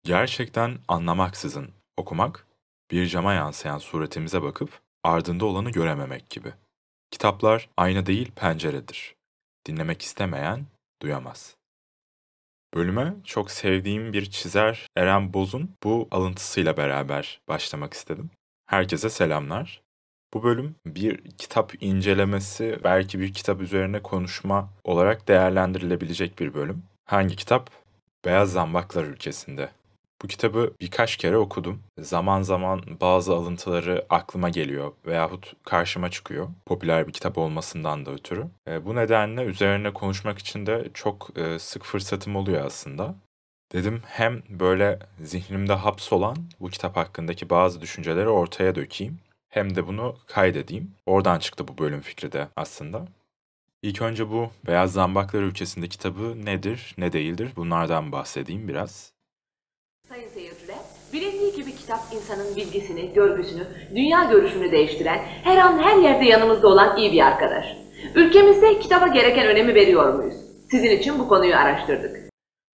Gerçekten anlamaksızın okumak, bir cama yansıyan suretimize bakıp ardında olanı görememek gibi. Kitaplar ayna değil penceredir. Dinlemek istemeyen duyamaz. Bölüme çok sevdiğim bir çizer Eren Boz'un bu alıntısıyla beraber başlamak istedim. Herkese selamlar. Bu bölüm bir kitap incelemesi, belki bir kitap üzerine konuşma olarak değerlendirilebilecek bir bölüm. Hangi kitap? Beyaz Zambaklar Ülkesinde. Bu kitabı birkaç kere okudum. Zaman zaman bazı alıntıları aklıma geliyor veyahut karşıma çıkıyor. Popüler bir kitap olmasından da ötürü. Bu nedenle üzerine konuşmak için de çok sık fırsatım oluyor aslında. Dedim hem böyle zihnimde hapsolan bu kitap hakkındaki bazı düşünceleri ortaya dökeyim, hem de bunu kaydedeyim. Oradan çıktı bu bölüm fikri de aslında. İlk önce bu Beyaz Zambaklar Ülkesinde kitabı nedir, ne değildir bunlardan bahsedeyim biraz. Sayın seyirciler, bilindiği gibi kitap insanın bilgisini, görgüsünü, dünya görüşünü değiştiren, her an her yerde yanımızda olan iyi bir arkadaş. Ülkemizde kitaba gereken önemi veriyor muyuz? Sizin için bu konuyu araştırdık.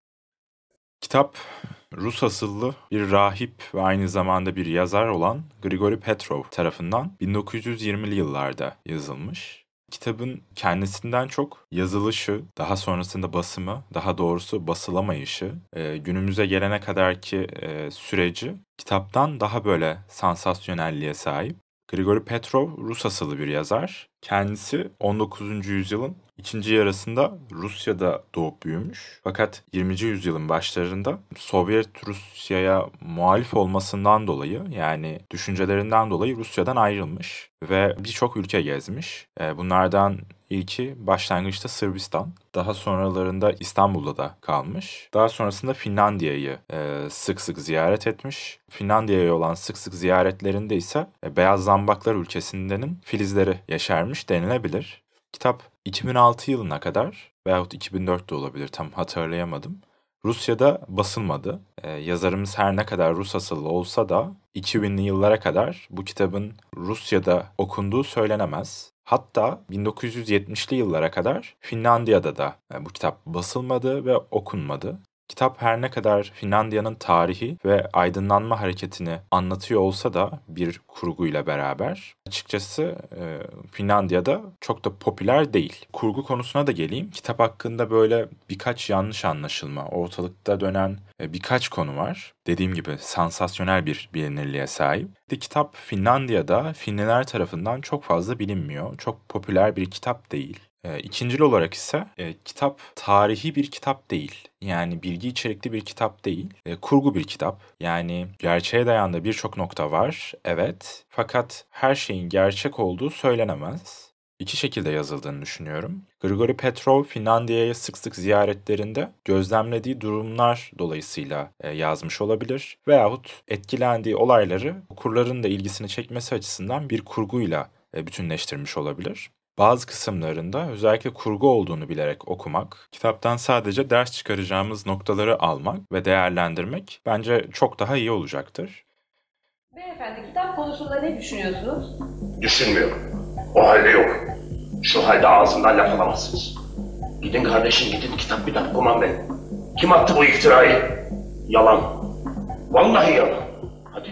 Kitap, Rus asıllı bir rahip ve aynı zamanda bir yazar olan Grigori Petrov tarafından 1920'li yıllarda yazılmış. Kitabın kendisinden çok yazılışı, daha sonrasında basımı, daha doğrusu basılamayışı, günümüze gelene kadarki süreci kitaptan daha böyle sansasyonelliğe sahip. Grigori Petrov Rus asıllı bir yazar. Kendisi 19. yüzyılın ikinci yarısında Rusya'da doğup büyümüş. Fakat 20. yüzyılın başlarında Sovyet Rusya'ya muhalif olmasından dolayı, yani düşüncelerinden dolayı Rusya'dan ayrılmış ve birçok ülke gezmiş. Bunlardan İlki başlangıçta Sırbistan, daha sonralarında İstanbul'da da kalmış. Daha sonrasında Finlandiya'yı sık sık ziyaret etmiş. Finlandiya'ya olan sık sık ziyaretlerinde ise Beyaz Zambaklar ülkesindenin filizleri yeşermiş denilebilir. Kitap 2006 yılına kadar veyahut 2004 de olabilir, tam hatırlayamadım, Rusya'da basılmadı. Yazarımız her ne kadar Rus asıllı olsa da 2000'li yıllara kadar bu kitabın Rusya'da okunduğu söylenemez. Hatta 1970'li yıllara kadar Finlandiya'da da bu kitap basılmadı ve okunmadı. Kitap her ne kadar Finlandiya'nın tarihi ve aydınlanma hareketini anlatıyor olsa da bir kurguyla beraber, açıkçası Finlandiya'da çok da popüler değil. Kurgu konusuna da geleyim. Kitap hakkında böyle birkaç yanlış anlaşılma, ortalıkta dönen birkaç konu var. Dediğim gibi sansasyonel bir bilinirliğe sahip. Kitap Finlandiya'da Finliler tarafından çok fazla bilinmiyor. Çok popüler bir kitap değil. İkincil olarak ise kitap tarihi bir kitap değil. Yani bilgi içerikli bir kitap değil. Kurgu bir kitap. Yani gerçeğe dayandığı birçok nokta var. Evet. Fakat her şeyin gerçek olduğu söylenemez. İki şekilde yazıldığını düşünüyorum. Grigori Petrov Finlandiya'ya sık sık ziyaretlerinde gözlemlediği durumlar dolayısıyla yazmış olabilir. Veyahut etkilendiği olayları okurların da ilgisini çekmesi açısından bir kurguyla bütünleştirmiş olabilir. Bazı kısımlarında özellikle kurgu olduğunu bilerek okumak, kitaptan sadece ders çıkaracağımız noktaları almak ve değerlendirmek bence çok daha iyi olacaktır. Beyefendi, kitap konusunda ne düşünüyorsunuz? Düşünmüyorum. O halde yok. Şu halde ağzımdan laf alamazsınız. Gidin kardeşim gidin kitap okumam ben. Kim attı bu iftirayı? Yalan. Vallahi yalan. Hadi.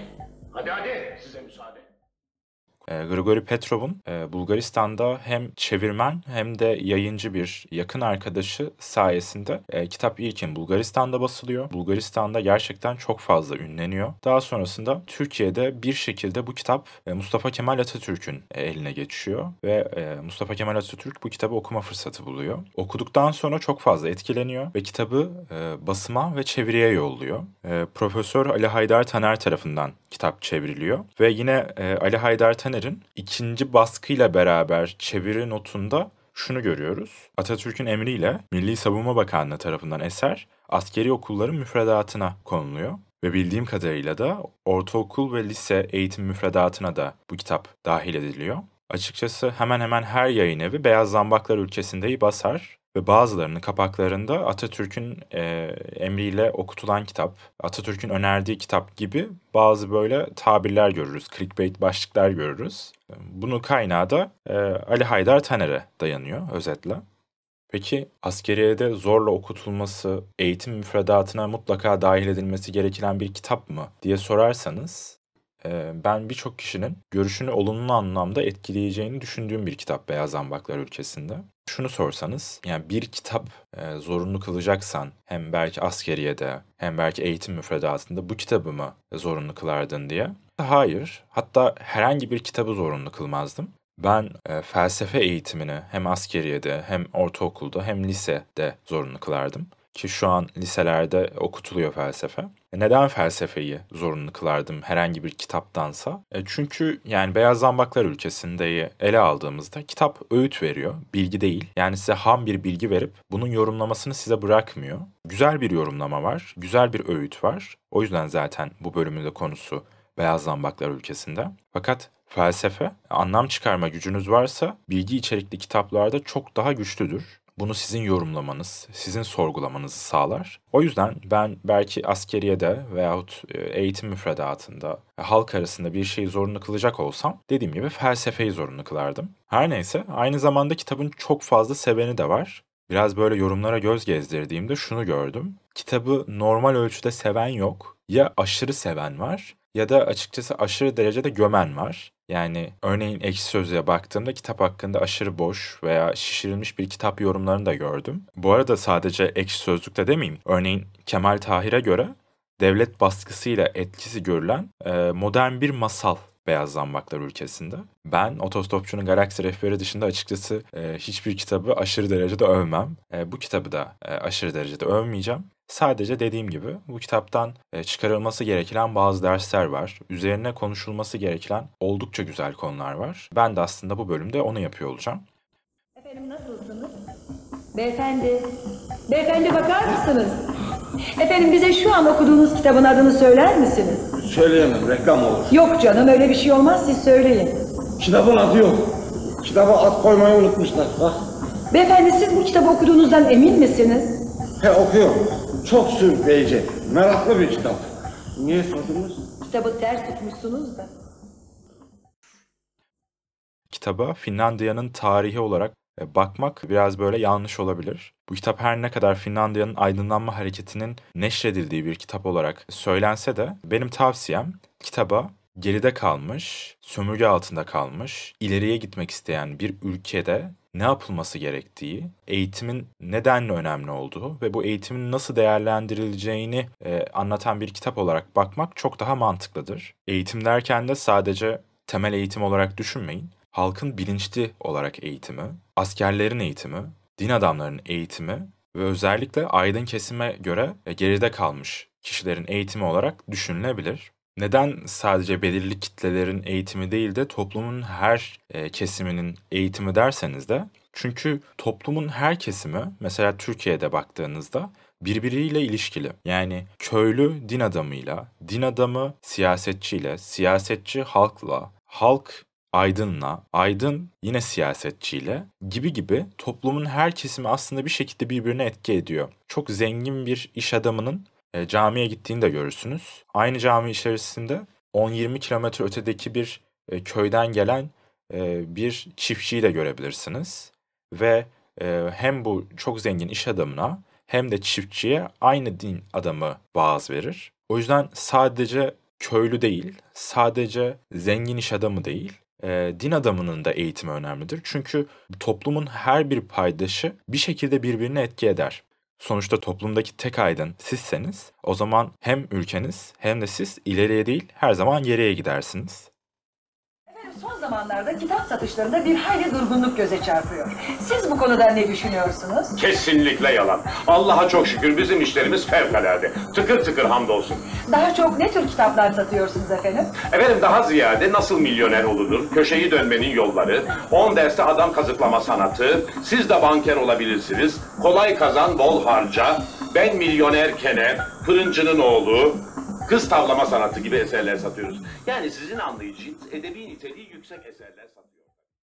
Hadi size müsaade. Grigori Petrov'un Bulgaristan'da hem çevirmen hem de yayıncı bir yakın arkadaşı sayesinde kitap ilkin Bulgaristan'da basılıyor. Bulgaristan'da gerçekten çok fazla ünleniyor. Daha sonrasında Türkiye'de bir şekilde bu kitap Mustafa Kemal Atatürk'ün eline geçiyor ve Mustafa Kemal Atatürk bu kitabı okuma fırsatı buluyor. Okuduktan sonra çok fazla etkileniyor ve kitabı basıma ve çeviriye yolluyor. Profesör Ali Haydar Taner tarafından kitap çevriliyor ve yine Ali Haydar Taner'in ikinci baskıyla beraber çeviri notunda şunu görüyoruz. Atatürk'ün emriyle Milli Savunma Bakanlığı tarafından eser askeri okulların müfredatına konuluyor. Ve bildiğim kadarıyla da ortaokul ve lise eğitim müfredatına da bu kitap dahil ediliyor. Açıkçası hemen hemen her yayın evi Beyaz Zambaklar Ülkesinde'yi basar ve bazılarının kapaklarında Atatürk'ün emriyle okutulan kitap, Atatürk'ün önerdiği kitap gibi bazı böyle tabirler görürüz, clickbait başlıklar görürüz. Bunun kaynağı da Ali Haydar Taner'e dayanıyor özetle. Peki askeriyede zorla okutulması, eğitim müfredatına mutlaka dahil edilmesi gereken bir kitap mı diye sorarsanız, ben birçok kişinin görüşünü olumlu anlamda etkileyeceğini düşündüğüm bir kitap Beyaz Zambaklar Ülkesi'nde. Şunu sorsanız, yani bir kitap zorunlu kılacaksan hem belki askeriyede hem belki eğitim müfredatında bu kitabı mı zorunlu kılardın diye. Hayır, hatta herhangi bir kitabı zorunlu kılmazdım. Ben felsefe eğitimini hem askeriyede hem ortaokulda hem lisede zorunlu kılardım. Ki şu an liselerde okutuluyor felsefe. Neden felsefeyi zorunlu kılardım herhangi bir kitaptansa? Çünkü yani Beyaz Zambaklar Ülkesi'ndeyi ele aldığımızda kitap öğüt veriyor, bilgi değil. Yani size ham bir bilgi verip bunun yorumlamasını size bırakmıyor. Güzel bir yorumlama var, güzel bir öğüt var. O yüzden zaten bu bölümün de konusu Beyaz Zambaklar Ülkesi'nde. Fakat felsefe, anlam çıkarma gücünüz varsa bilgi içerikli kitaplarda çok daha güçlüdür. Bunu sizin yorumlamanız, sizin sorgulamanızı sağlar. O yüzden ben belki askeriyede veyahut eğitim müfredatında halk arasında bir şeyi zorunlu kılacak olsam dediğim gibi felsefeyi zorunlu kılardım. Her neyse aynı zamanda kitabın çok fazla seveni de var. Biraz böyle yorumlara göz gezdirdiğimde şunu gördüm. Kitabı normal ölçüde seven yok. Ya aşırı seven var ya da açıkçası aşırı derecede gömen var. Yani örneğin Ekşi Sözlüğe baktığımda kitap hakkında aşırı boş veya şişirilmiş bir kitap yorumlarını da gördüm. Bu arada sadece Ekşi Sözlük'te demeyeyim. Örneğin Kemal Tahir'e göre devlet baskısıyla etkisi görülen modern bir masal Beyaz Zambaklar Ülkesi'nde. Ben Otostopçunun Galaksi Rehberi dışında açıkçası hiçbir kitabı aşırı derecede övmem. Bu kitabı da aşırı derecede övmeyeceğim. Sadece dediğim gibi bu kitaptan çıkarılması gereken bazı dersler var. Üzerine konuşulması gereken oldukça güzel konular var. Ben de aslında bu bölümde onu yapıyor olacağım. Efendim nasılsınız? Beyefendi, beyefendi bakar mısınız? Efendim bize şu an okuduğunuz kitabın adını söyler misiniz? Söyleyemem, reklam olur. Yok canım öyle bir şey olmaz, siz söyleyin. Kitabın adı yok. Kitaba ad koymayı unutmuşlar. Bak. Beyefendi siz bu kitabı okuduğunuzdan emin misiniz? Okuyorum. Çok sürükleyici, meraklı bir kitap. Niye sordunuz? Kitabı ters tutmuşsunuz da. Kitaba Finlandiya'nın tarihi olarak bakmak biraz böyle yanlış olabilir. Bu kitap her ne kadar Finlandiya'nın aydınlanma hareketinin neşredildiği bir kitap olarak söylense de benim tavsiyem kitaba geride kalmış, sömürge altında kalmış, ileriye gitmek isteyen bir ülkede ne yapılması gerektiği, eğitimin nedenle önemli olduğu ve bu eğitimin nasıl değerlendirileceğini anlatan bir kitap olarak bakmak çok daha mantıklıdır. Eğitim derken de sadece temel eğitim olarak düşünmeyin. Halkın bilinçli olarak eğitimi, askerlerin eğitimi, din adamlarının eğitimi ve özellikle aydın kesime göre geride kalmış kişilerin eğitimi olarak düşünülebilir. Neden sadece belirli kitlelerin eğitimi değil de toplumun her kesiminin eğitimi derseniz de çünkü toplumun her kesimi mesela Türkiye'de baktığınızda birbiriyle ilişkili. Yani köylü din adamıyla, din adamı siyasetçiyle, siyasetçi halkla, halk aydınla, aydın yine siyasetçiyle gibi gibi toplumun her kesimi aslında bir şekilde birbirine etki ediyor. Çok zengin bir iş adamının camiye gittiğini de görürsünüz. Aynı cami içerisinde 10-20 kilometre ötedeki bir köyden gelen bir çiftçiyi de görebilirsiniz. Ve hem bu çok zengin iş adamına hem de çiftçiye aynı din adamı vaaz verir. O yüzden sadece köylü değil, sadece zengin iş adamı değil, din adamının da eğitimi önemlidir. Çünkü toplumun her bir paydaşı bir şekilde birbirine etki eder. Sonuçta toplumdaki tek aydın sizseniz o zaman hem ülkeniz hem de siz ileriye değil her zaman geriye gidersiniz. Son zamanlarda kitap satışlarında bir hayli durgunluk göze çarpıyor. Siz bu konuda ne düşünüyorsunuz? Kesinlikle yalan. Allah'a çok şükür bizim işlerimiz fevkalade. Tıkır tıkır hamdolsun. Daha çok ne tür kitaplar satıyorsunuz efendim? Efendim daha ziyade nasıl milyoner olunur, köşeyi dönmenin yolları, 10 derste adam kazıklama sanatı, siz de banker olabilirsiniz, kolay kazan bol harca, ben milyonerkene, fırıncının oğlu, kız tavlama sanatı gibi eserler satıyoruz. Yani sizin anlayacağınız edebi niteliği yüksek eserler satıyor.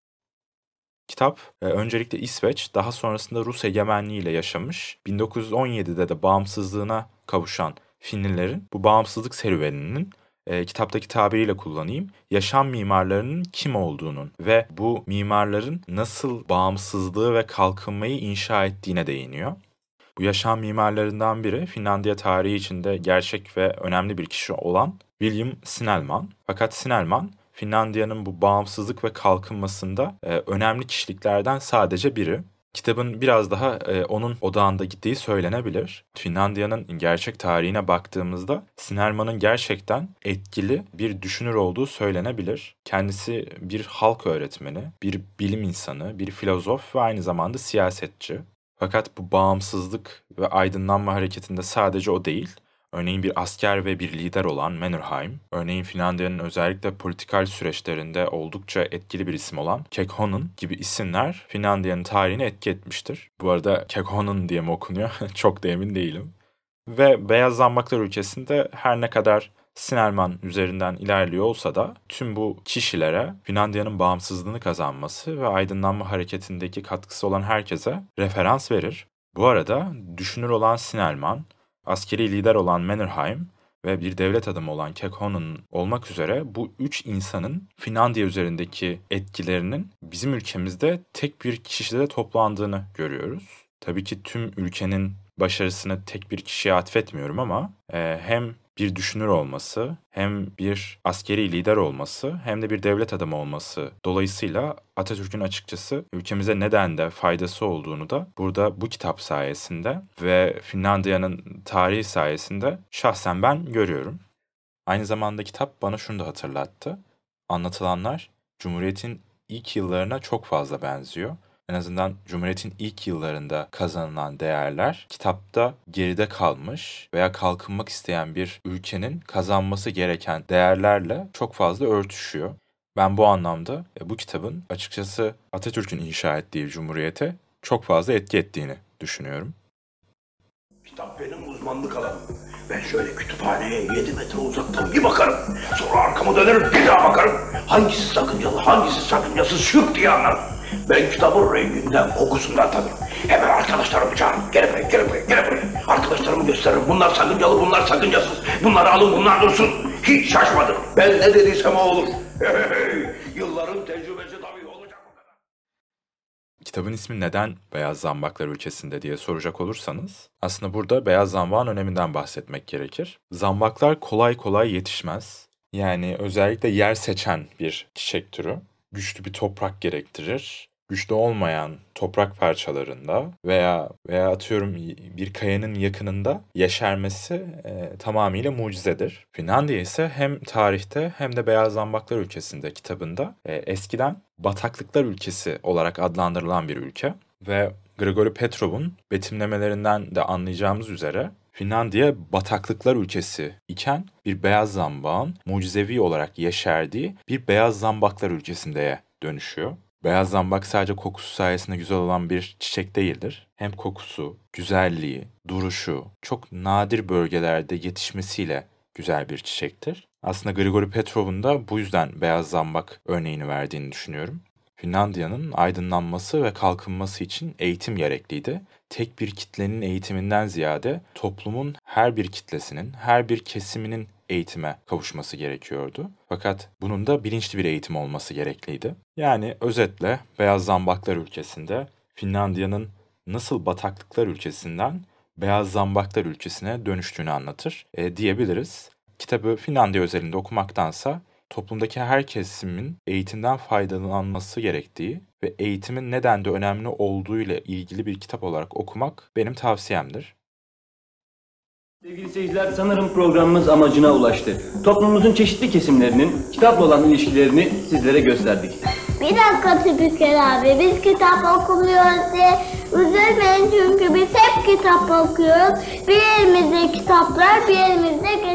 Kitap öncelikle İsveç, daha sonrasında Rus egemenliğiyle yaşamış, 1917'de de bağımsızlığına kavuşan Finlilerin bu bağımsızlık serüveninin kitaptaki tabiriyle kullanayım, yaşam mimarlarının kim olduğunun ve bu mimarların nasıl bağımsızlığı ve kalkınmayı inşa ettiğine değiniyor. Bu yaşam mimarlarından biri Finlandiya tarihi içinde gerçek ve önemli bir kişi olan William Snellman. Fakat Snellman, Finlandiya'nın bu bağımsızlık ve kalkınmasında önemli kişiliklerden sadece biri. Kitabın biraz daha onun odağında gittiği söylenebilir. Finlandiya'nın gerçek tarihine baktığımızda Snellman'ın gerçekten etkili bir düşünür olduğu söylenebilir. Kendisi bir halk öğretmeni, bir bilim insanı, bir filozof ve aynı zamanda siyasetçi. Fakat bu bağımsızlık ve aydınlanma hareketinde sadece o değil. Örneğin bir asker ve bir lider olan Mannerheim, örneğin Finlandiya'nın özellikle politikal süreçlerinde oldukça etkili bir isim olan Kekkonen gibi isimler Finlandiya'nın tarihine etki etmiştir. Bu arada Kekkonen diye mi okunuyor? Çok da emin değilim. Ve Beyaz Zambaklar ülkesinde her ne kadar Snellman üzerinden ilerliyor olsa da tüm bu kişilere Finlandiya'nın bağımsızlığını kazanması ve aydınlanma hareketindeki katkısı olan herkese referans verir. Bu arada düşünür olan Snellman, askeri lider olan Mannerheim ve bir devlet adamı olan Kekkonen olmak üzere bu üç insanın Finlandiya üzerindeki etkilerinin bizim ülkemizde tek bir kişide toplandığını görüyoruz. Tabii ki tüm ülkenin başarısını tek bir kişiye atfetmiyorum ama hem bir düşünür olması, hem bir askeri lider olması, hem de bir devlet adamı olması dolayısıyla Atatürk'ün açıkçası ülkemize neden de faydası olduğunu da burada bu kitap sayesinde ve Finlandiya'nın tarihi sayesinde şahsen ben görüyorum. Aynı zamanda kitap bana şunu da hatırlattı. Anlatılanlar Cumhuriyet'in ilk yıllarına çok fazla benziyor. En azından Cumhuriyet'in ilk yıllarında kazanılan değerler kitapta geride kalmış veya kalkınmak isteyen bir ülkenin kazanması gereken değerlerle çok fazla örtüşüyor. Ben bu anlamda bu kitabın açıkçası Atatürk'ün inşa ettiği Cumhuriyet'e çok fazla etki ettiğini düşünüyorum. Kitap benim uzmanlık alanım. Ben şöyle kütüphaneye 7 metre uzaktan bir bakarım. Sonra arkamı dönerim bir daha bakarım. Hangisi sakıncalı, hangisi sakıncasız şık diye anlarım. Ben kitabın renginden, kokusundan tanırım. Hemen arkadaşlarımı çağırırım. Gel buraya, gel buraya, gel buraya. Arkadaşlarımı gösteririm. Bunlar sakıncalı, bunlar sakıncasız. Bunları alın, bunlar dursun. Hiç şaşmadım. Ben ne dediysem o olur. Yılların tecrübesi tabii olacak o kadar. Kitabın ismi neden Beyaz Zambaklar ülkesinde diye soracak olursanız, aslında burada beyaz zambağın öneminden bahsetmek gerekir. Zambaklar kolay kolay yetişmez. Yani özellikle yer seçen bir çiçek türü. Güçlü bir toprak gerektirir. Güçlü olmayan toprak parçalarında veya atıyorum bir kayanın yakınında yeşermesi tamamıyla mucizedir. Finlandiya ise hem tarihte hem de Beyaz Zambaklar ülkesinde kitabında eskiden bataklıklar ülkesi olarak adlandırılan bir ülke ve Grigori Petrov'un betimlemelerinden de anlayacağımız üzere Finlandiya bataklıklar ülkesi iken bir beyaz zambağın mucizevi olarak yeşerdiği bir beyaz zambaklar ülkesindeye dönüşüyor. Beyaz zambak sadece kokusu sayesinde güzel olan bir çiçek değildir. Hem kokusu, güzelliği, duruşu çok nadir bölgelerde yetişmesiyle güzel bir çiçektir. Aslında Grigori Petrov'un da bu yüzden beyaz zambak örneğini verdiğini düşünüyorum. Finlandiya'nın aydınlanması ve kalkınması için eğitim gerekliydi. Tek bir kitlenin eğitiminden ziyade toplumun her bir kitlesinin, her bir kesiminin eğitime kavuşması gerekiyordu. Fakat bunun da bilinçli bir eğitim olması gerekliydi. Yani özetle Beyaz Zambaklar ülkesinde Finlandiya'nın nasıl bataklıklar ülkesinden Beyaz Zambaklar ülkesine dönüştüğünü anlatır diyebiliriz. Kitabı Finlandiya özelinde okumaktansa toplumdaki her kesimin eğitimden faydalanması gerektiği ve eğitimin neden de önemli olduğu ile ilgili bir kitap olarak okumak benim tavsiyemdir. Sevgili seyirciler, sanırım programımız amacına ulaştı. Toplumumuzun çeşitli kesimlerinin kitapla olan ilişkilerini sizlere gösterdik. Bir dakika Spiker abi, biz kitap okumuyoruz diye üzülmeyin çünkü biz hep kitap okuyoruz. Bir elimizde kitaplar, bir elimizde